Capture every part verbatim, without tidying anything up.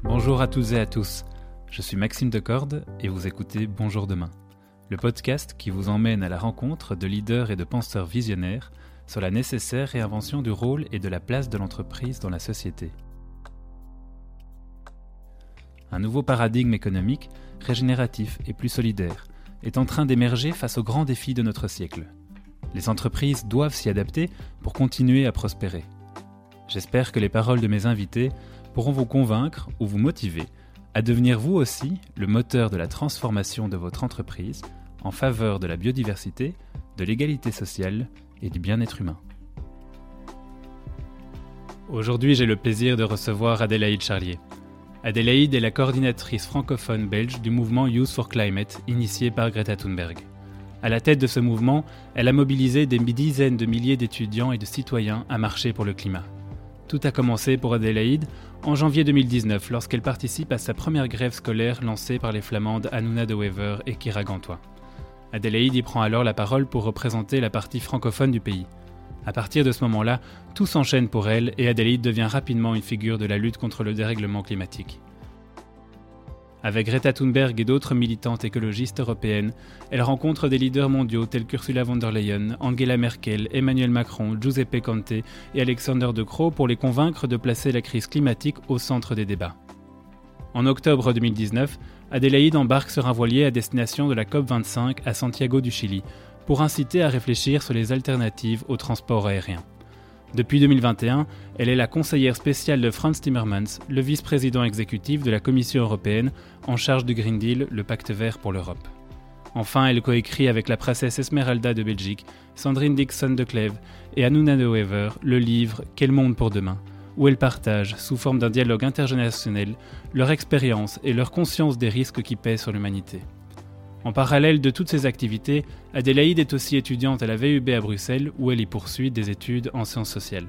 Bonjour à toutes et à tous, je suis Maxime Decorde et vous écoutez Bonjour Demain, le podcast qui vous emmène à la rencontre de leaders et de penseurs visionnaires sur la nécessaire réinvention du rôle et de la place de l'entreprise dans la société. Un nouveau paradigme économique, régénératif et plus solidaire, est en train d'émerger face aux grands défis de notre siècle. Les entreprises doivent s'y adapter pour continuer à prospérer. J'espère que les paroles de mes invités pourront vous convaincre ou vous motiver à devenir vous aussi le moteur de la transformation de votre entreprise en faveur de la biodiversité, de l'égalité sociale et du bien-être humain. Aujourd'hui, j'ai le plaisir de recevoir Adélaïde Charlier. Adélaïde est la coordinatrice francophone belge du mouvement Youth for Climate, initié par Greta Thunberg. À la tête de ce mouvement, elle a mobilisé des dizaines de milliers d'étudiants et de citoyens à marcher pour le climat. Tout a commencé pour Adélaïde en janvier deux mille dix-neuf, lorsqu'elle participe à sa première grève scolaire lancée par les flamandes Hanouna de Wever et Kira Gantois. Adélaïde y prend alors la parole pour représenter la partie francophone du pays. À partir de ce moment-là, tout s'enchaîne pour elle et Adélaïde devient rapidement une figure de la lutte contre le dérèglement climatique. Avec Greta Thunberg et d'autres militantes écologistes européennes, elle rencontre des leaders mondiaux tels qu'Ursula von der Leyen, Angela Merkel, Emmanuel Macron, Giuseppe Conte et Alexander De Croo pour les convaincre de placer la crise climatique au centre des débats. En octobre deux mille dix-neuf, Adélaïde embarque sur un voilier à destination de la COP vingt-cinq à Santiago du Chili pour inciter à réfléchir sur les alternatives au transport aérien. Depuis deux mille vingt et un, elle est la conseillère spéciale de Frans Timmermans, le vice-président exécutif de la Commission européenne en charge du Green Deal, le pacte vert pour l'Europe. Enfin, elle coécrit avec la princesse Esmeralda de Belgique, Sandrine Dixon de Clèves et Hanouna de Wever le livre « Quel monde pour demain ?» où elles partagent, sous forme d'un dialogue intergénérationnel, leur expérience et leur conscience des risques qui pèsent sur l'humanité. En parallèle de toutes ces activités, Adélaïde est aussi étudiante à la V U B à Bruxelles où elle y poursuit des études en sciences sociales.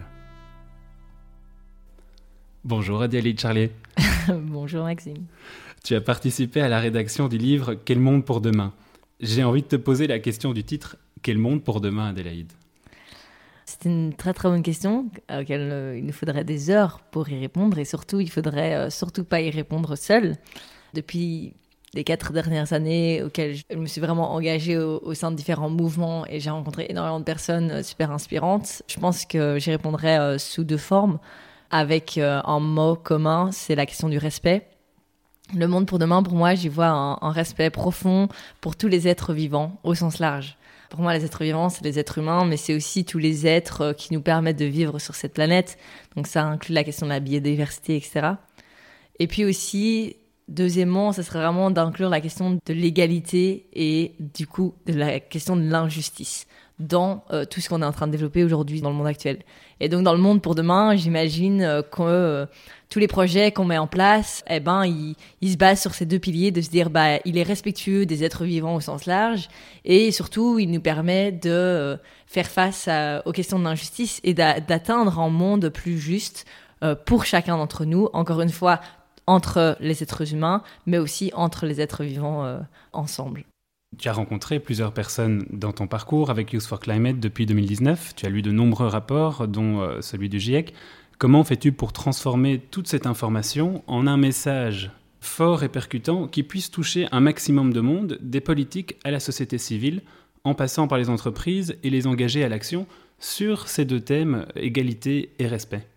Bonjour Adélaïde Charlier. Bonjour Maxime. Tu as participé à la rédaction du livre « Quel monde pour demain ?» J'ai envie de te poser la question du titre « Quel monde pour demain, Adélaïde ?» C'est une très très bonne question à laquelle euh, il nous faudrait des heures pour y répondre et surtout il faudrait euh, surtout pas y répondre seul. Depuis les quatre dernières années auxquelles je me suis vraiment engagée au, au sein de différents mouvements et j'ai rencontré énormément de personnes euh, super inspirantes, je pense que j'y répondrais euh, sous deux formes avec euh, un mot commun, c'est la question du respect. Le monde pour demain, pour moi, j'y vois un, un respect profond pour tous les êtres vivants au sens large. Pour moi, les êtres vivants, c'est les êtres humains, mais c'est aussi tous les êtres qui nous permettent de vivre sur cette planète. Donc ça inclut la question de la biodiversité, et cetera. Et puis aussi, deuxièmement, ça serait vraiment d'inclure la question de l'égalité et du coup, de la question de l'injustice dans euh, tout ce qu'on est en train de développer aujourd'hui dans le monde actuel. Et donc, dans le monde pour demain, j'imagine euh, que euh, tous les projets qu'on met en place, eh ben, ils, ils se basent sur ces deux piliers, de se dire, bah, il est respectueux des êtres vivants au sens large, et surtout, il nous permet de euh, faire face à, aux questions de l'injustice et d'a- d'atteindre un monde plus juste euh, pour chacun d'entre nous. Encore une fois, entre les êtres humains, mais aussi entre les êtres vivants euh, ensemble. Tu as rencontré plusieurs personnes dans ton parcours avec Youth for Climate depuis deux mille dix-neuf. Tu as lu de nombreux rapports, dont euh, celui du GIEC. Comment fais-tu pour transformer toute cette information en un message fort et percutant qui puisse toucher un maximum de monde, des politiques à la société civile, en passant par les entreprises et les engager à l'action sur ces deux thèmes, égalité et respect?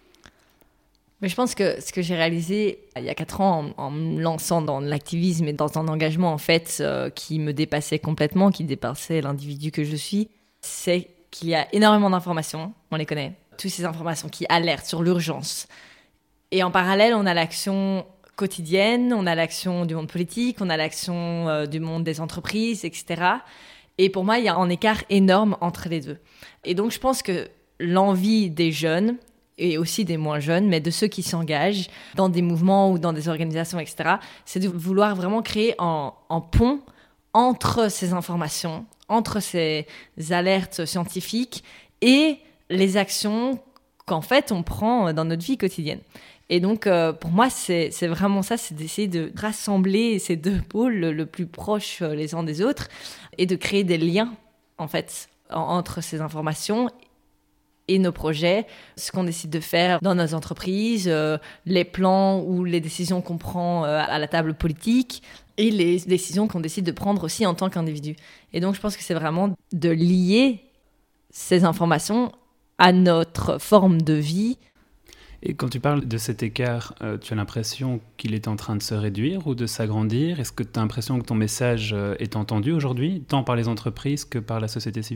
Mais je pense que ce que j'ai réalisé il y a quatre ans en, en me lançant dans l'activisme et dans un engagement en fait euh, qui me dépassait complètement, qui dépassait l'individu que je suis, c'est qu'il y a énormément d'informations, on les connaît, toutes ces informations qui alertent sur l'urgence. Et en parallèle, on a l'action quotidienne, on a l'action du monde politique, on a l'action euh, du monde des entreprises, et cetera. Et pour moi, il y a un écart énorme entre les deux. Et donc, je pense que l'envie des jeunes et aussi des moins jeunes, mais de ceux qui s'engagent dans des mouvements ou dans des organisations, et cetera, c'est de vouloir vraiment créer un, un pont entre ces informations, entre ces alertes scientifiques et les actions qu'en fait on prend dans notre vie quotidienne. Et donc, euh, pour moi, c'est, c'est vraiment ça, c'est d'essayer de rassembler ces deux pôles le, le plus proches les uns des autres et de créer des liens, en fait, en, entre ces informations et nos projets, ce qu'on décide de faire dans nos entreprises, euh, les plans ou les décisions qu'on prend euh, à la table politique et les décisions qu'on décide de prendre aussi en tant qu'individu. Et donc, je pense que c'est vraiment de lier ces informations à notre forme de vie. Et quand tu parles de cet écart, euh, tu as l'impression qu'il est en train de se réduire ou de s'agrandir ? Est-ce que tu as l'impression que ton message euh, est entendu aujourd'hui, tant par les entreprises que par la société civile ?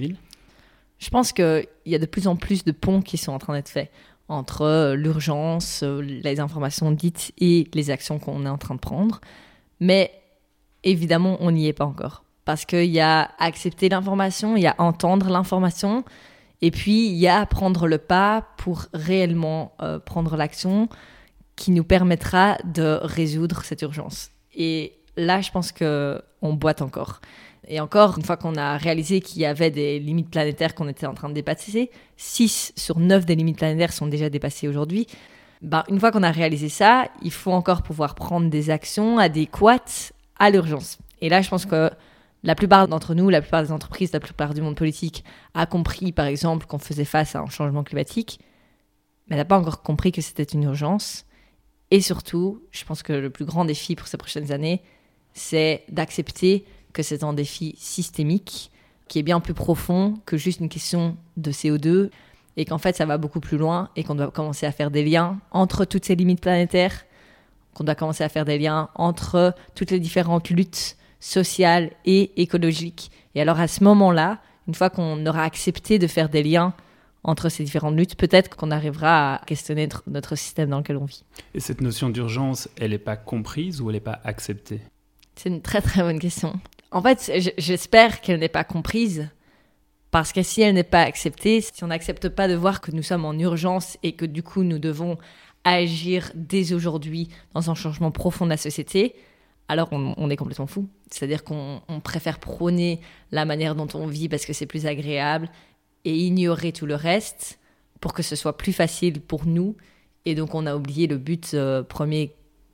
Je pense qu'il y a de plus en plus de ponts qui sont en train d'être faits entre euh, l'urgence, euh, les informations dites et les actions qu'on est en train de prendre. Mais évidemment, on n'y est pas encore. Parce qu'il y a accepter l'information, il y a entendre l'information, et puis il y a prendre le pas pour réellement euh, prendre l'action qui nous permettra de résoudre cette urgence. Et là, je pense qu'on boite encore. Et encore, une fois qu'on a réalisé qu'il y avait des limites planétaires qu'on était en train de dépasser, six sur neuf des limites planétaires sont déjà dépassées aujourd'hui, ben, une fois qu'on a réalisé ça, il faut encore pouvoir prendre des actions adéquates à l'urgence. Et là, je pense que la plupart d'entre nous, la plupart des entreprises, la plupart du monde politique a compris, par exemple, qu'on faisait face à un changement climatique, mais n'a pas encore compris que c'était une urgence. Et surtout, je pense que le plus grand défi pour ces prochaines années, c'est d'accepter que c'est un défi systémique, qui est bien plus profond que juste une question de C O deux, et qu'en fait, ça va beaucoup plus loin, et qu'on doit commencer à faire des liens entre toutes ces limites planétaires, qu'on doit commencer à faire des liens entre toutes les différentes luttes sociales et écologiques. Et alors, à ce moment-là, une fois qu'on aura accepté de faire des liens entre ces différentes luttes, peut-être qu'on arrivera à questionner notre, notre système dans lequel on vit. Et cette notion d'urgence, elle n'est pas comprise ou elle n'est pas acceptée ? C'est une très très bonne question. En fait, j'espère qu'elle n'est pas comprise, parce que si elle n'est pas acceptée, si on n'accepte pas de voir que nous sommes en urgence et que du coup nous devons agir dès aujourd'hui dans un changement profond de la société, alors on, on est complètement fou. C'est-à-dire qu'on on préfère prôner la manière dont on vit parce que c'est plus agréable et ignorer tout le reste pour que ce soit plus facile pour nous. Et donc on a oublié le but euh, premier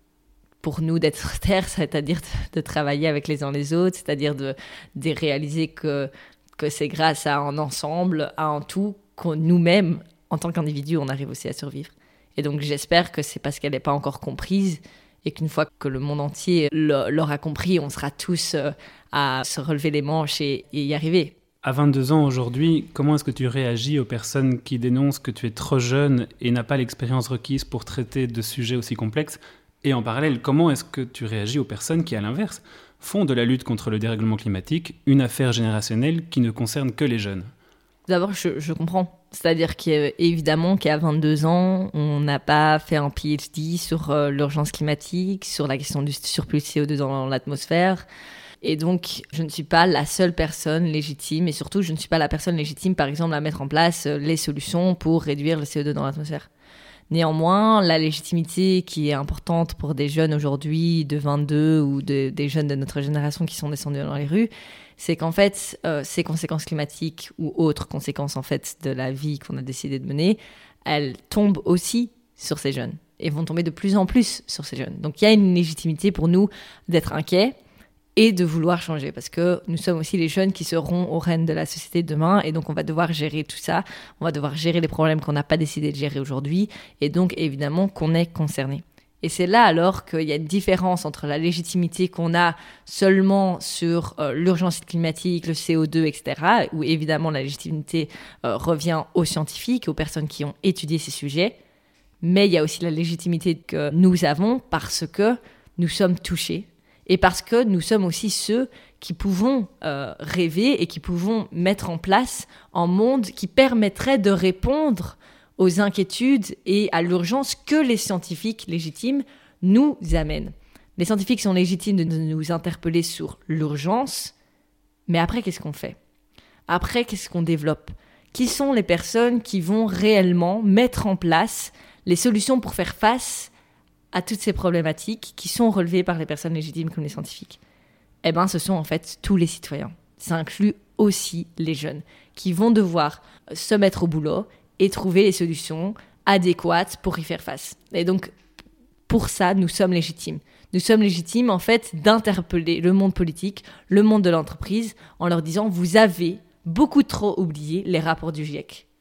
pour nous d'être sur Terre, c'est-à-dire de, de travailler avec les uns les autres, c'est-à-dire de, de réaliser que, que c'est grâce à un ensemble, à un tout, que nous-mêmes, en tant qu'individus, on arrive aussi à survivre. Et donc j'espère que c'est parce qu'elle n'est pas encore comprise et qu'une fois que le monde entier l'aura compris, on sera tous euh, à se relever les manches et, et y arriver. À vingt-deux ans aujourd'hui, comment est-ce que tu réagis aux personnes qui dénoncent que tu es trop jeune et n'as pas l'expérience requise pour traiter de sujets aussi complexes ? Et en parallèle, comment est-ce que tu réagis aux personnes qui, à l'inverse, font de la lutte contre le dérèglement climatique une affaire générationnelle qui ne concerne que les jeunes ? D'abord, je, je comprends. C'est-à-dire qu'évidemment qu'à vingt-deux ans, on n'a pas fait un P H D sur euh, l'urgence climatique, sur la question du surplus de C O deux dans l'atmosphère. Et donc, je ne suis pas la seule personne légitime, et surtout, je ne suis pas la personne légitime, par exemple, à mettre en place les solutions pour réduire le C O deux dans l'atmosphère. Néanmoins, la légitimité qui est importante pour des jeunes aujourd'hui de vingt-deux ou de, des jeunes de notre génération qui sont descendus dans les rues, c'est qu'en fait, euh, ces conséquences climatiques ou autres conséquences en fait de la vie qu'on a décidé de mener, elles tombent aussi sur ces jeunes et vont tomber de plus en plus sur ces jeunes. Donc il y a une légitimité pour nous d'être inquiets et de vouloir changer, parce que nous sommes aussi les jeunes qui seront aux rênes de la société demain, et donc on va devoir gérer tout ça, on va devoir gérer les problèmes qu'on n'a pas décidé de gérer aujourd'hui, et donc évidemment qu'on est concerné. Et c'est là alors qu'il y a une différence entre la légitimité qu'on a seulement sur euh, l'urgence climatique, le C O deux, et cetera, où évidemment la légitimité euh, revient aux scientifiques, aux personnes qui ont étudié ces sujets, mais il y a aussi la légitimité que nous avons parce que nous sommes touchés, et parce que nous sommes aussi ceux qui pouvons euh, rêver et qui pouvons mettre en place un monde qui permettrait de répondre aux inquiétudes et à l'urgence que les scientifiques légitimes nous amènent. Les scientifiques sont légitimes de nous interpeller sur l'urgence, mais après, qu'est-ce qu'on fait ? Après, qu'est-ce qu'on développe ? Qui sont les personnes qui vont réellement mettre en place les solutions pour faire face à toutes ces problématiques qui sont relevées par les personnes légitimes comme les scientifiques? Eh bien, ce sont en fait tous les citoyens. Ça inclut aussi les jeunes qui vont devoir se mettre au boulot et trouver les solutions adéquates pour y faire face. Et donc, pour ça, nous sommes légitimes. Nous sommes légitimes, en fait, d'interpeller le monde politique, le monde de l'entreprise, en leur disant « Vous avez beaucoup trop oublié les rapports du GIEC.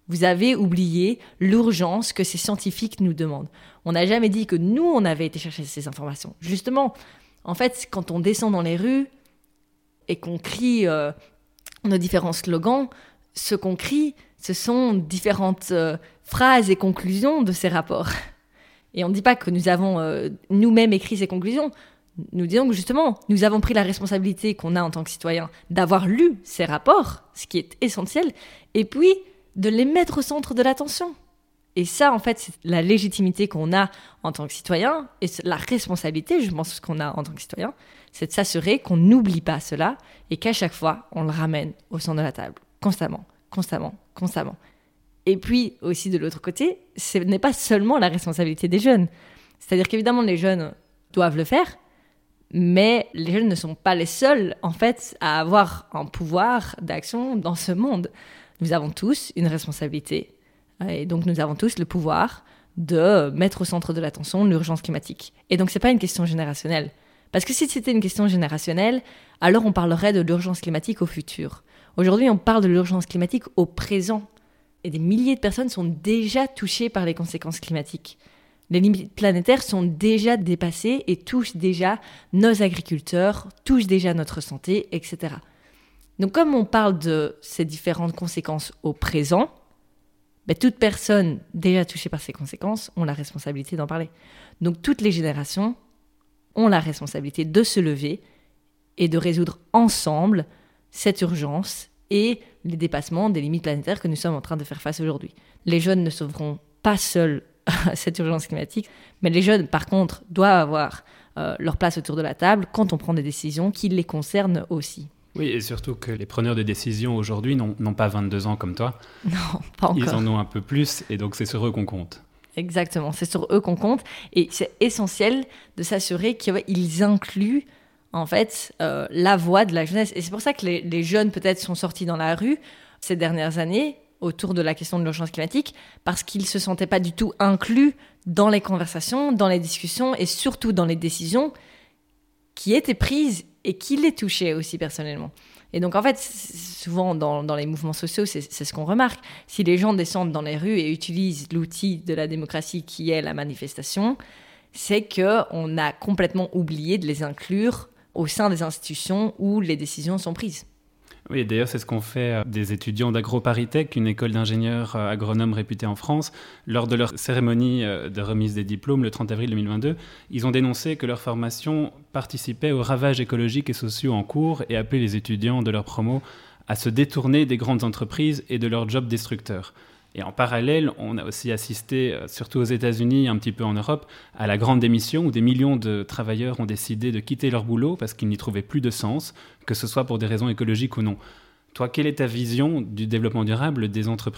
Vous avez oublié l'urgence que ces scientifiques nous demandent. On n'a jamais dit que nous, on avait été chercher ces informations. Justement, en fait, quand on descend dans les rues et qu'on crie euh, nos différents slogans, ce qu'on crie, ce sont différentes euh, phrases et conclusions de ces rapports. Et on ne dit pas que nous avons euh, nous-mêmes écrit ces conclusions. Nous disons que justement, nous avons pris la responsabilité qu'on a en tant que citoyens d'avoir lu ces rapports, ce qui est essentiel, et puis de les mettre au centre de l'attention. Et ça, en fait, c'est la légitimité qu'on a en tant que citoyen, et la responsabilité, je pense, qu'on a en tant que citoyen, c'est de s'assurer qu'on n'oublie pas cela, et qu'à chaque fois, on le ramène au centre de la table, constamment, constamment, constamment. Et puis, aussi de l'autre côté, ce n'est pas seulement la responsabilité des jeunes. C'est-à-dire qu'évidemment, les jeunes doivent le faire, mais les jeunes ne sont pas les seuls, en fait, à avoir un pouvoir d'action dans ce monde. Nous avons tous une responsabilité, et donc nous avons tous le pouvoir de mettre au centre de l'attention l'urgence climatique. Et donc, ce n'est pas une question générationnelle. Parce que si c'était une question générationnelle, alors on parlerait de l'urgence climatique au futur. Aujourd'hui, on parle de l'urgence climatique au présent. Et des milliers de personnes sont déjà touchées par les conséquences climatiques. Les limites planétaires sont déjà dépassées et touchent déjà nos agriculteurs, touchent déjà notre santé, et cetera. Donc comme on parle de ces différentes conséquences au présent, ben, toute personne déjà touchée par ces conséquences ont la responsabilité d'en parler. Donc toutes les générations ont la responsabilité de se lever et de résoudre ensemble cette urgence et les dépassements des limites planétaires que nous sommes en train de faire face aujourd'hui. Les jeunes ne sauveront pas seuls cette urgence climatique, mais les jeunes, par contre, doivent avoir euh, leur place autour de la table quand on prend des décisions qui les concernent aussi. Oui, et surtout que les preneurs de décision aujourd'hui n'ont, n'ont pas vingt-deux ans comme toi. Non, pas encore. Ils en ont un peu plus, et donc c'est sur eux qu'on compte. Exactement, c'est sur eux qu'on compte, et c'est essentiel de s'assurer qu'ils incluent en fait, euh, la voix de la jeunesse. Et c'est pour ça que les, les jeunes, peut-être, sont sortis dans la rue ces dernières années autour de la question de l'urgence climatique, parce qu'ils ne se sentaient pas du tout inclus dans les conversations, dans les discussions, et surtout dans les décisions qui étaient prises et qui les touchaient aussi personnellement. Et donc, en fait, souvent, dans, dans les mouvements sociaux, c'est, c'est ce qu'on remarque. Si les gens descendent dans les rues et utilisent l'outil de la démocratie qui est la manifestation, c'est qu'on a complètement oublié de les inclure au sein des institutions où les décisions sont prises. Oui, d'ailleurs, c'est ce qu'ont fait des étudiants d'AgroParisTech, une école d'ingénieurs agronomes réputée en France. Lors de leur cérémonie de remise des diplômes, le trente avril deux mille vingt-deux, ils ont dénoncé que leur formation participait aux ravages écologiques et sociaux en cours et appelé les étudiants de leur promo à se détourner des grandes entreprises et de leurs jobs destructeurs. Et en parallèle, on a aussi assisté, surtout aux États-Unis, un petit peu en Europe, à la grande démission où des millions de travailleurs ont décidé de quitter leur boulot parce qu'ils n'y trouvaient plus de sens, que ce soit pour des raisons écologiques ou non. Toi, quelle est ta vision du développement durable des entreprises ?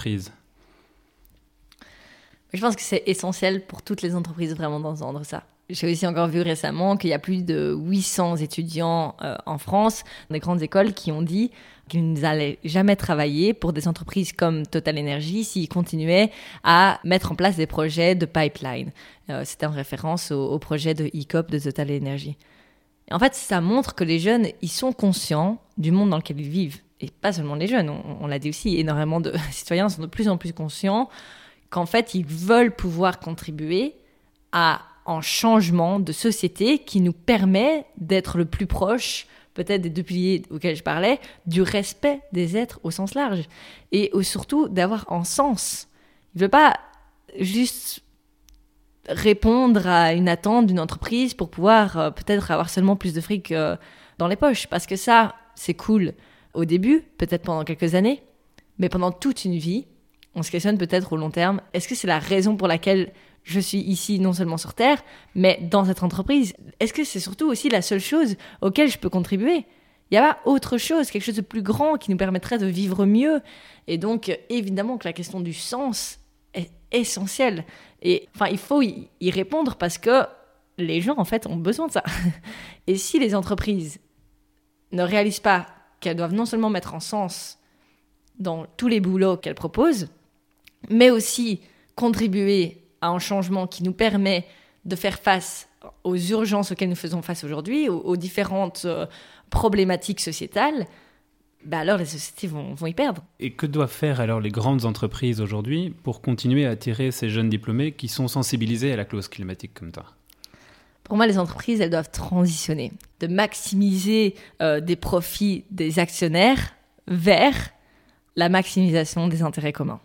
Je pense que c'est essentiel pour toutes les entreprises vraiment d'entendre ça. J'ai aussi encore vu récemment qu'il y a plus de huit cents étudiants euh, en France, des grandes écoles, qui ont dit qu'ils n'allaient jamais travailler pour des entreprises comme Total Energy s'ils continuaient à mettre en place des projets de pipeline. Euh, c'était en référence au, au projet de E C O P de Total Energy. Et en fait, ça montre que les jeunes, ils sont conscients du monde dans lequel ils vivent. Et pas seulement les jeunes, on, on l'a dit aussi, énormément de citoyens sont de plus en plus conscients qu'en fait, ils veulent pouvoir contribuer à un changement de société qui nous permet d'être le plus proche, peut-être des deux piliers auxquels je parlais, du respect des êtres au sens large. Et surtout, d'avoir un sens. Il ne veut pas juste répondre à une attente d'une entreprise pour pouvoir euh, peut-être avoir seulement plus de fric euh, dans les poches. Parce que ça, c'est cool au début, peut-être pendant quelques années, mais pendant toute une vie, on se questionne peut-être au long terme, est-ce que c'est la raison pour laquelle je suis ici non seulement sur Terre, mais dans cette entreprise? Est-ce que c'est surtout aussi la seule chose auquel je peux contribuer? Il n'y a pas autre chose, quelque chose de plus grand qui nous permettrait de vivre mieux. Et donc, évidemment que la question du sens est essentielle. Et enfin, il faut y, y répondre parce que les gens, en fait, ont besoin de ça. Et si les entreprises ne réalisent pas qu'elles doivent non seulement mettre en sens dans tous les boulots qu'elles proposent, mais aussi contribuer à un changement qui nous permet de faire face aux urgences auxquelles nous faisons face aujourd'hui, aux, aux différentes euh, problématiques sociétales, bah alors les sociétés vont, vont y perdre. Et que doivent faire alors les grandes entreprises aujourd'hui pour continuer à attirer ces jeunes diplômés qui sont sensibilisés à la clause climatique comme toi ? Pour moi, les entreprises, elles doivent transitionner, de maximiser euh, des profits des actionnaires vers la maximisation des intérêts communs.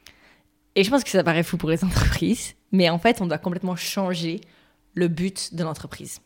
Et je pense que ça paraît fou pour les entreprises, mais en fait, on doit complètement changer le but de l'entreprise.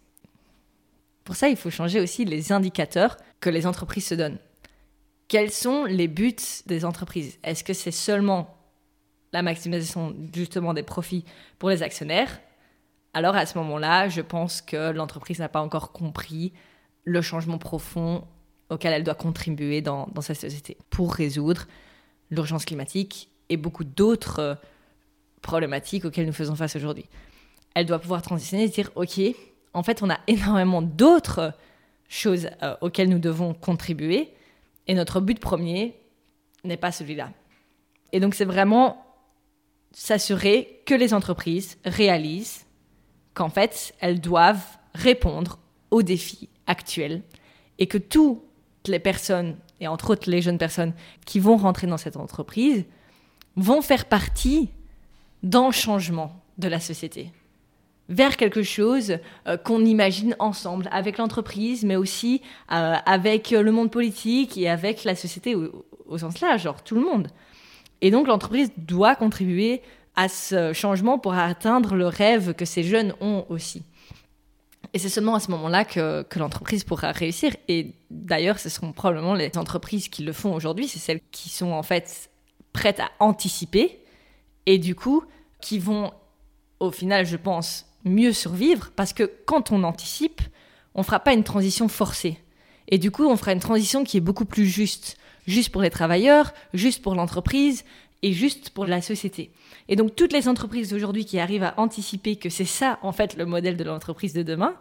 Pour ça, il faut changer aussi les indicateurs que les entreprises se donnent. Quels sont les buts des entreprises ? Est-ce que c'est seulement la maximisation justement des profits pour les actionnaires ? Alors à ce moment-là, je pense que l'entreprise n'a pas encore compris le changement profond auquel elle doit contribuer dans, dans sa société pour résoudre l'urgence climatique et beaucoup d'autres euh, problématiques auxquelles nous faisons face aujourd'hui. Elle doit pouvoir transitionner et se dire « Ok, en fait, on a énormément d'autres choses euh, auxquelles nous devons contribuer et notre but premier n'est pas celui-là. » Et donc, c'est vraiment s'assurer que les entreprises réalisent qu'en fait, elles doivent répondre aux défis actuels et que toutes les personnes, et entre autres les jeunes personnes qui vont rentrer dans cette entreprise, vont faire partie d'un changement de la société vers quelque chose euh, qu'on imagine ensemble avec l'entreprise, mais aussi euh, avec le monde politique et avec la société au, au sens large, genre tout le monde. Et donc l'entreprise doit contribuer à ce changement pour atteindre le rêve que ces jeunes ont aussi. Et c'est seulement à ce moment-là que, que l'entreprise pourra réussir. Et d'ailleurs, ce seront probablement les entreprises qui le font aujourd'hui, c'est celles qui sont en fait prêtes à anticiper et du coup, qui vont au final, je pense, mieux survivre parce que quand on anticipe, on ne fera pas une transition forcée. Et du coup, on fera une transition qui est beaucoup plus juste. Juste pour les travailleurs, juste pour l'entreprise et juste pour la société. Et donc, toutes les entreprises d'aujourd'hui qui arrivent à anticiper que c'est ça, en fait, le modèle de l'entreprise de demain,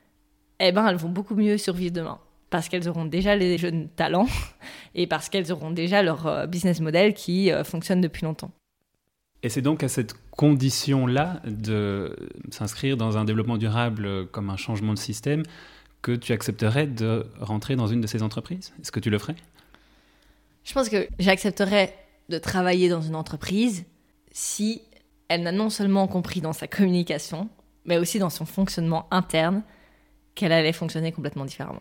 eh ben, elles vont beaucoup mieux survivre demain. Parce qu'elles auront déjà les jeunes talents et parce qu'elles auront déjà leur business model qui euh, fonctionne depuis longtemps. Et c'est donc à cette condition-là de s'inscrire dans un développement durable comme un changement de système que tu accepterais de rentrer dans une de ces entreprises ? Est-ce que tu le ferais ? Je pense que j'accepterais de travailler dans une entreprise si elle n'a non seulement compris dans sa communication, mais aussi dans son fonctionnement interne, qu'elle allait fonctionner complètement différemment.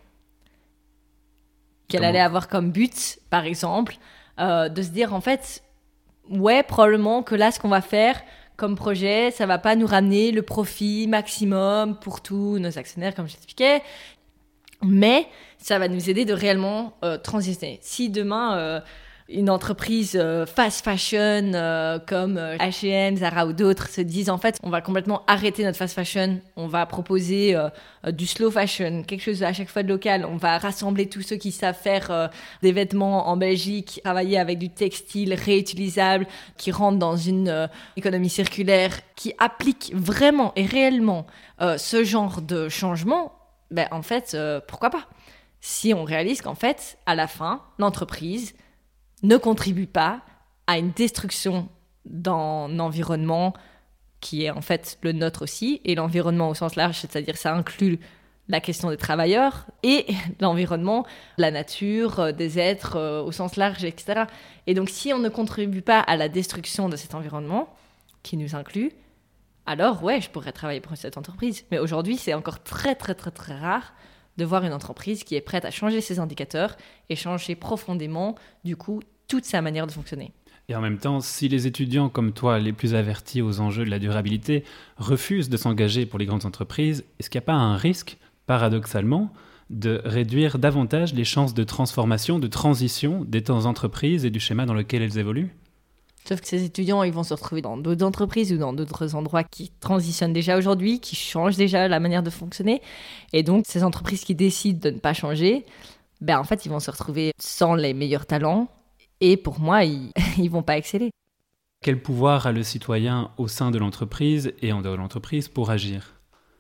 Qu'elle Comment ? allait avoir comme but, par exemple, euh, de se dire en fait, ouais, probablement que là, ce qu'on va faire comme projet, ça va pas nous ramener le profit maximum pour tous nos actionnaires, comme je l'expliquais, mais ça va nous aider de réellement euh, transitionner. Si demain, euh, une entreprise euh, fast fashion euh, comme euh, H et M, Zara ou d'autres se disent en fait, on va complètement arrêter notre fast fashion, on va proposer euh, euh, du slow fashion, quelque chose à chaque fois de local, on va rassembler tous ceux qui savent faire euh, des vêtements en Belgique, travailler avec du textile réutilisable, qui rentrent dans une euh, économie circulaire, qui applique vraiment et réellement euh, ce genre de changement, ben en fait, euh, pourquoi pas ? Si on réalise qu'en fait, à la fin, l'entreprise ne contribue pas à une destruction dans l'environnement qui est en fait le nôtre aussi, et l'environnement au sens large, c'est-à-dire ça inclut la question des travailleurs et l'environnement, la nature, des êtres euh, au sens large, et cetera. Et donc si on ne contribue pas à la destruction de cet environnement, qui nous inclut, alors ouais, je pourrais travailler pour cette entreprise. Mais aujourd'hui, c'est encore très très très très rare de voir une entreprise qui est prête à changer ses indicateurs et changer profondément, du coup, toute sa manière de fonctionner. Et en même temps, si les étudiants comme toi, les plus avertis aux enjeux de la durabilité, refusent de s'engager pour les grandes entreprises, est-ce qu'il n'y a pas un risque, paradoxalement, de réduire davantage les chances de transformation, de transition des temps entreprises et du schéma dans lequel elles évoluent ? Sauf que ces étudiants, ils vont se retrouver dans d'autres entreprises ou dans d'autres endroits qui transitionnent déjà aujourd'hui, qui changent déjà la manière de fonctionner. Et donc, ces entreprises qui décident de ne pas changer, ben en fait, ils vont se retrouver sans les meilleurs talents. Et pour moi, ils ne vont pas exceller. Quel pouvoir a le citoyen au sein de l'entreprise et en dehors de l'entreprise pour agir ?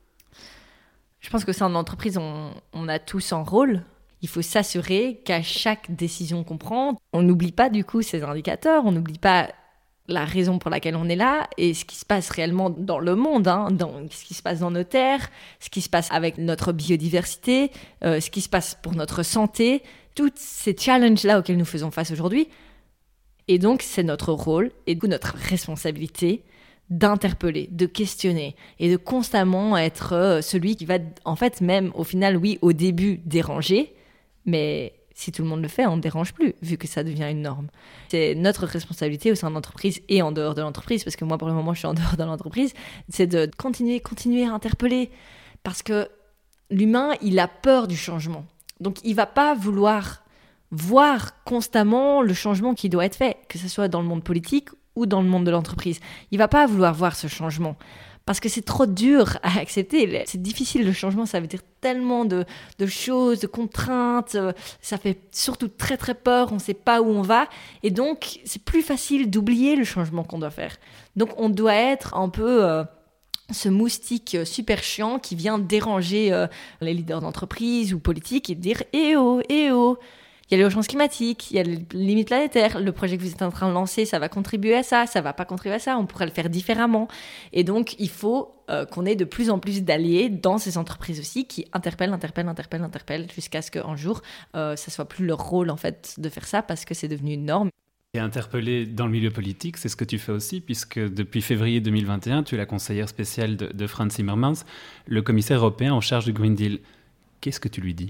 Je pense qu'au sein de l'entreprise, on, on a tous un rôle. Il faut s'assurer qu'à chaque décision qu'on prend, on n'oublie pas du coup ces indicateurs, on n'oublie pas la raison pour laquelle on est là et ce qui se passe réellement dans le monde, hein, dans ce qui se passe dans nos terres, ce qui se passe avec notre biodiversité, euh, ce qui se passe pour notre santé, tous ces challenges-là auxquels nous faisons face aujourd'hui. Et donc, c'est notre rôle et du coup, notre responsabilité d'interpeller, de questionner et de constamment être euh, celui qui va, en fait, même au final, oui, au début, déranger, mais si tout le monde le fait, on ne dérange plus, vu que ça devient une norme. C'est notre responsabilité au sein de l'entreprise et en dehors de l'entreprise, parce que moi, pour le moment, je suis en dehors de l'entreprise, c'est de continuer, continuer à interpeller, parce que l'humain, il a peur du changement. Donc, il ne va pas vouloir voir constamment le changement qui doit être fait, que ce soit dans le monde politique ou dans le monde de l'entreprise. Il ne va pas vouloir voir ce changement parce que c'est trop dur à accepter. C'est difficile, le changement, ça veut dire tellement de, de choses, de contraintes, ça fait surtout très très peur, on ne sait pas où on va, et donc c'est plus facile d'oublier le changement qu'on doit faire. Donc on doit être un peu... Euh, ce moustique super chiant qui vient déranger euh, les leaders d'entreprise ou politiques et dire « Eh oh, eh oh !» Il y a l'urgence climatique, il y a les limites planétaires, le projet que vous êtes en train de lancer, ça va contribuer à ça, ça va pas contribuer à ça, on pourrait le faire différemment. Et donc, il faut euh, qu'on ait de plus en plus d'alliés dans ces entreprises aussi qui interpellent, interpellent, interpellent, interpellent jusqu'à ce qu'un jour, euh, ça soit plus leur rôle en fait de faire ça parce que c'est devenu une norme. Et interpellé dans le milieu politique, c'est ce que tu fais aussi, puisque depuis février deux mille vingt et un, tu es la conseillère spéciale de, de Frans Timmermans, le commissaire européen en charge du Green Deal. Qu'est-ce que tu lui dis ?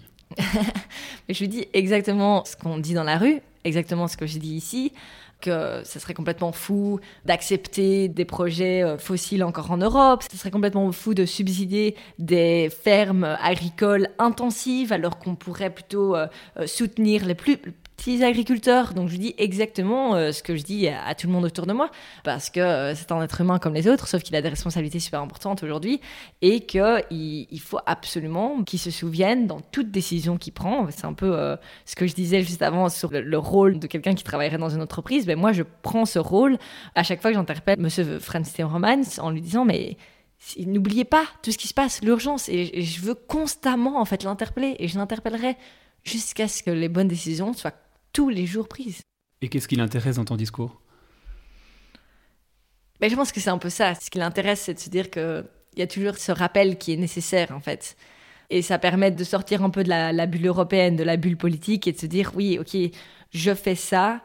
Je lui dis exactement ce qu'on dit dans la rue, exactement ce que je dis ici, que ce serait complètement fou d'accepter des projets fossiles encore en Europe, ce serait complètement fou de subsidier des fermes agricoles intensives alors qu'on pourrait plutôt euh, soutenir les plus petits agriculteurs. Donc je dis exactement euh, ce que je dis à, à tout le monde autour de moi, parce que euh, c'est un être humain comme les autres, sauf qu'il a des responsabilités super importantes aujourd'hui et qu'il il faut absolument qu'il se souvienne dans toute décision qu'il prend. C'est un peu euh, ce que je disais juste avant sur le, le rôle de quelqu'un qui travaillerait dans une entreprise. Ben moi, je prends ce rôle à chaque fois que j'interpelle Monsieur Frans Timmermans en lui disant mais n'oubliez pas tout ce qui se passe, l'urgence, et, et je veux constamment en fait l'interpeller et je l'interpellerai jusqu'à ce que les bonnes décisions soient tous les jours prises. Et qu'est-ce qui l'intéresse dans ton discours ? Ben, je pense que c'est un peu ça. Ce qui l'intéresse, c'est de se dire qu'il y a toujours ce rappel qui est nécessaire, en fait. Et ça permet de sortir un peu de la, la bulle européenne, de la bulle politique, et de se dire, oui, ok, je fais ça,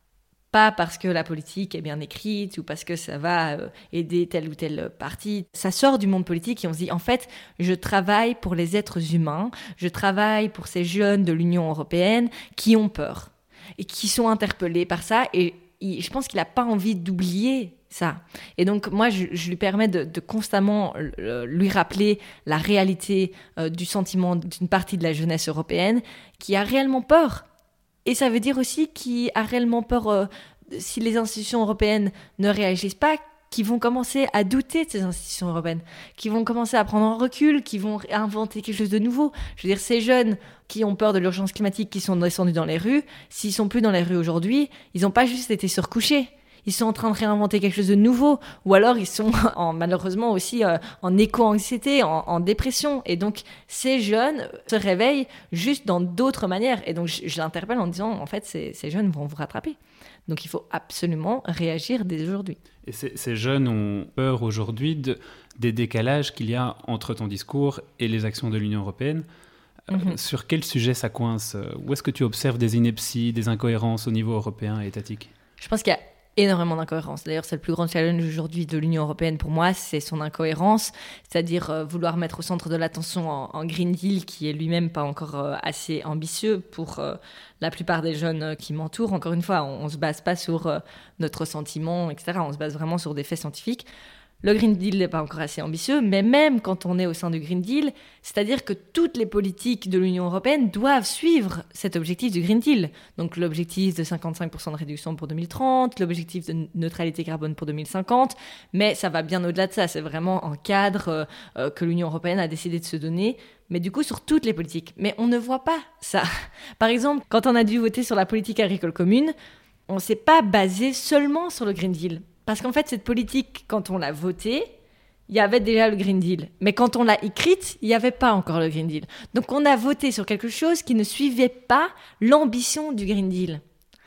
pas parce que la politique est bien écrite ou parce que ça va aider tel ou tel parti. Ça sort du monde politique et on se dit, en fait, je travaille pour les êtres humains, je travaille pour ces jeunes de l'Union européenne qui ont peur et qui sont interpellés par ça. Et je pense qu'il n'a pas envie d'oublier ça. Et donc, moi, je, je lui permets de, de constamment euh, lui rappeler la réalité euh, du sentiment d'une partie de la jeunesse européenne qui a réellement peur. Et ça veut dire aussi qu'il a réellement peur, euh, si les institutions européennes ne réagissent pas, qu'ils vont commencer à douter de ces institutions européennes, qu'ils vont commencer à prendre un recul, qu'ils vont inventer quelque chose de nouveau. Je veux dire, ces jeunes qui ont peur de l'urgence climatique, qui sont descendus dans les rues, s'ils sont plus dans les rues aujourd'hui, ils n'ont pas juste été surcouchés. Ils sont en train de réinventer quelque chose de nouveau, ou alors ils sont en, malheureusement aussi euh, en éco-anxiété, en, en dépression. Et donc, ces jeunes se réveillent juste dans d'autres manières. Et donc, je, je l'interpelle en disant, en fait, ces, ces jeunes vont vous rattraper. Donc, il faut absolument réagir dès aujourd'hui. Et ces, ces jeunes ont peur aujourd'hui de, des décalages qu'il y a entre ton discours et les actions de l'Union européenne. Euh, mm-hmm. Sur quel sujet ça coince ? Où est-ce que tu observes des inepties, des incohérences au niveau européen et étatique ? Je pense qu'il y a énormément d'incohérences. D'ailleurs, c'est le plus grand challenge aujourd'hui de l'Union européenne pour moi, c'est son incohérence, c'est-à-dire euh, vouloir mettre au centre de l'attention en, en Green Deal, qui est lui-même pas encore euh, assez ambitieux pour euh, la plupart des jeunes euh, qui m'entourent. Encore une fois, on, on se base pas sur euh, notre sentiment, et cetera. On se base vraiment sur des faits scientifiques. Le Green Deal n'est pas encore assez ambitieux, mais même quand on est au sein du Green Deal, c'est-à-dire que toutes les politiques de l'Union européenne doivent suivre cet objectif du Green Deal. Donc l'objectif de cinquante-cinq pour cent de réduction pour deux mille trente, l'objectif de neutralité carbone pour deux mille cinquante, mais ça va bien au-delà de ça. C'est vraiment un cadre euh, que l'Union européenne a décidé de se donner, mais du coup sur toutes les politiques. Mais on ne voit pas ça. Par exemple, quand on a dû voter sur la politique agricole commune, on ne s'est pas basé seulement sur le Green Deal. Parce qu'en fait, cette politique, quand on l'a votée, il y avait déjà le Green Deal. Mais quand on l'a écrite, il n'y avait pas encore le Green Deal. Donc on a voté sur quelque chose qui ne suivait pas l'ambition du Green Deal.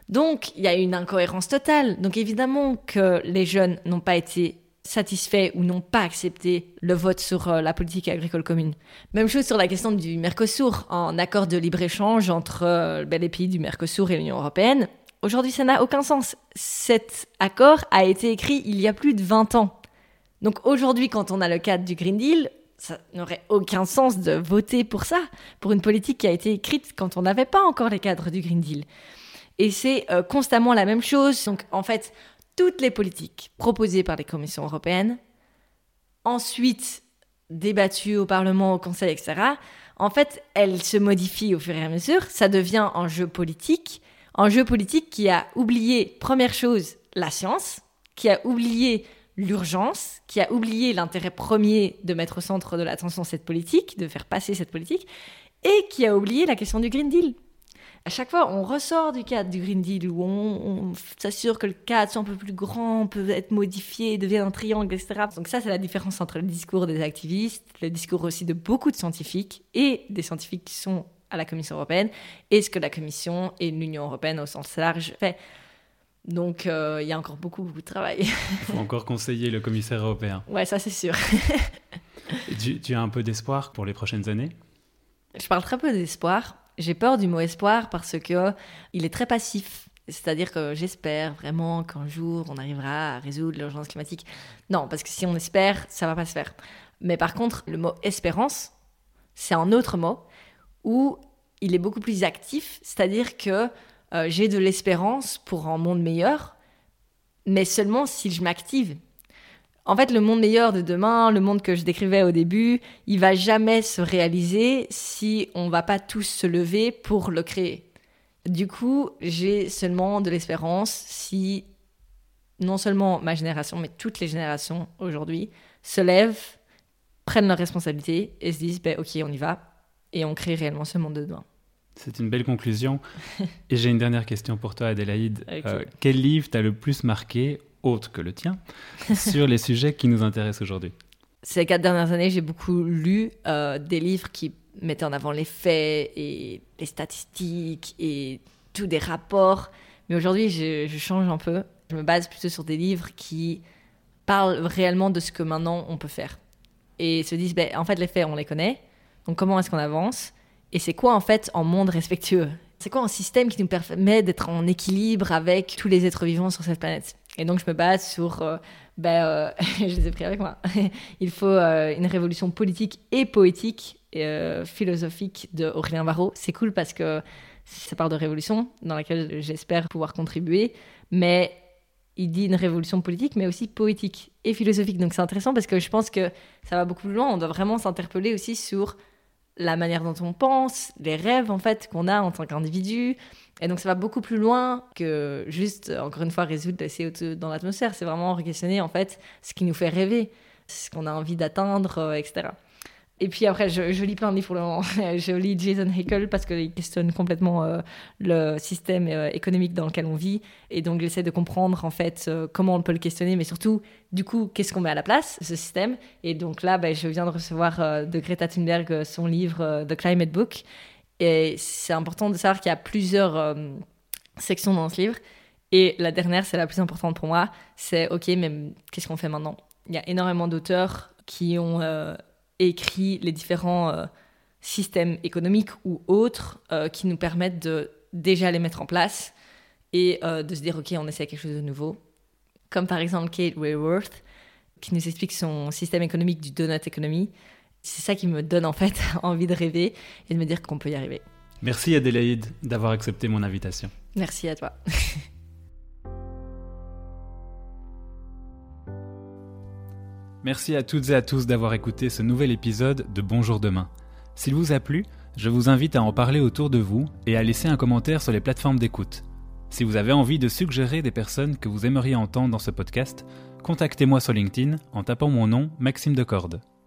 Donc, il y a une incohérence totale. Donc, évidemment que les jeunes n'ont pas été satisfaits ou n'ont pas accepté le vote sur euh, la politique agricole commune. Même chose sur la question du Mercosur, en accord de libre-échange entre euh, ben, les pays du Mercosur et l'Union européenne. Aujourd'hui, ça n'a aucun sens. Cet accord a été écrit il y a plus de vingt ans. Donc aujourd'hui, quand on a le cadre du Green Deal, ça n'aurait aucun sens de voter pour ça, pour une politique qui a été écrite quand on n'avait pas encore les cadres du Green Deal. Et c'est euh, constamment la même chose. Donc en fait, toutes les politiques proposées par les commissions européennes, ensuite débattues au Parlement, au Conseil, et cetera, en fait, elles se modifient au fur et à mesure. Ça devient un jeu politique, un jeu politique qui a oublié, première chose, la science, qui a oublié l'urgence, qui a oublié l'intérêt premier de mettre au centre de l'attention cette politique, de faire passer cette politique, et qui a oublié la question du Green Deal. À chaque fois, on ressort du cadre du Green Deal où on, on s'assure que le cadre soit un peu plus grand, peut être modifié, devienne un triangle, et cetera. Donc ça, c'est la différence entre le discours des activistes, le discours aussi de beaucoup de scientifiques et des scientifiques qui sont à la Commission européenne et ce que la Commission et l'Union européenne au sens large fait. Donc, il euh, y a encore beaucoup, beaucoup de travail. Il faut encore conseiller le commissaire européen. Ouais, ça, c'est sûr. tu, tu as un peu d'espoir pour les prochaines années ? Je parle très peu d'espoir. J'ai peur du mot espoir parce que il est très passif. C'est-à-dire que j'espère vraiment qu'un jour, on arrivera à résoudre l'urgence climatique. Non, parce que si on espère, ça ne va pas se faire. Mais par contre, le mot espérance, c'est un autre mot où il est beaucoup plus actif. C'est-à-dire que Euh, j'ai de l'espérance pour un monde meilleur, mais seulement si je m'active. En fait, le monde meilleur de demain, le monde que je décrivais au début, il va jamais se réaliser si on va pas tous se lever pour le créer. Du coup, j'ai seulement de l'espérance si non seulement ma génération, mais toutes les générations aujourd'hui se lèvent, prennent leurs responsabilités et se disent ben, « Ok, on y va » et on crée réellement ce monde de demain. C'est une belle conclusion. Et j'ai une dernière question pour toi, Adélaïde. Okay. Euh, quel livre t'a le plus marqué, autre que le tien, sur les sujets qui nous intéressent aujourd'hui ? Ces quatre dernières années, j'ai beaucoup lu euh, des livres qui mettaient en avant les faits et les statistiques et tous des rapports. Mais aujourd'hui, je, je change un peu. Je me base plutôt sur des livres qui parlent réellement de ce que maintenant on peut faire. Et se disent, ben, en fait, les faits, on les connaît. Donc, comment est-ce qu'on avance ? Et c'est quoi, en fait, un monde respectueux ? C'est quoi un système qui nous permet d'être en équilibre avec tous les êtres vivants sur cette planète ? Et donc, je me base sur... Euh, ben, euh, je les ai pris avec moi. Il faut euh, une révolution politique et poétique, et, euh, philosophique de Aurélien Barraud. C'est cool parce que ça parle de révolution, dans laquelle j'espère pouvoir contribuer. Mais il dit une révolution politique, mais aussi poétique et philosophique. Donc, c'est intéressant parce que je pense que ça va beaucoup plus loin. On doit vraiment s'interpeller aussi sur... la manière dont on pense, les rêves en fait qu'on a en tant qu'individu. Et donc ça va beaucoup plus loin que juste, encore une fois, résoudre la C O deux dans l'atmosphère. C'est vraiment questionner en fait ce qui nous fait rêver, ce qu'on a envie d'atteindre, euh, et cetera. Et puis après, je, je lis plein de livres pour le moment. Je lis Jason Hickel parce qu'il questionne complètement euh, le système euh, économique dans lequel on vit. Et donc, j'essaie de comprendre, en fait, euh, comment on peut le questionner, mais surtout, du coup, qu'est-ce qu'on met à la place, ce système. Et donc là, ben, je viens de recevoir euh, de Greta Thunberg son livre euh, The Climate Book. Et c'est important de savoir qu'il y a plusieurs euh, sections dans ce livre. Et la dernière, c'est la plus importante pour moi. C'est, OK, mais qu'est-ce qu'on fait maintenant ? Il y a énormément d'auteurs qui ont... Euh, écrit les différents euh, systèmes économiques ou autres euh, qui nous permettent de déjà les mettre en place et euh, de se dire, OK, on essaie quelque chose de nouveau. Comme par exemple Kate Raworth, qui nous explique son système économique du donut economy. C'est ça qui me donne en fait envie de rêver et de me dire qu'on peut y arriver. Merci Adélaïde d'avoir accepté mon invitation. Merci à toi. Merci à toutes et à tous d'avoir écouté ce nouvel épisode de Bonjour Demain. S'il vous a plu, je vous invite à en parler autour de vous et à laisser un commentaire sur les plateformes d'écoute. Si vous avez envie de suggérer des personnes que vous aimeriez entendre dans ce podcast, contactez-moi sur LinkedIn en tapant mon nom Maxime Decorde.